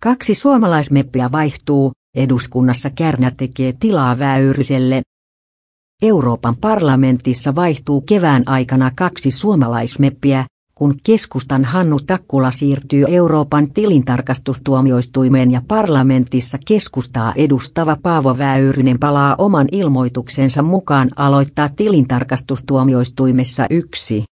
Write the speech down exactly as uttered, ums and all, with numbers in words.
Kaksi suomalaismeppiä vaihtuu, eduskunnassa Kärnä tekee tilaa Väyryselle. Euroopan parlamentissa vaihtuu kevään aikana kaksi suomalaismeppiä, kun keskustan Hannu Takkula siirtyy Euroopan tilintarkastustuomioistuimeen ja parlamentissa keskustaa edustava Paavo Väyrynen palaa oman ilmoituksensa mukaan aloittaa tilintarkastustuomioistuimessa yksi.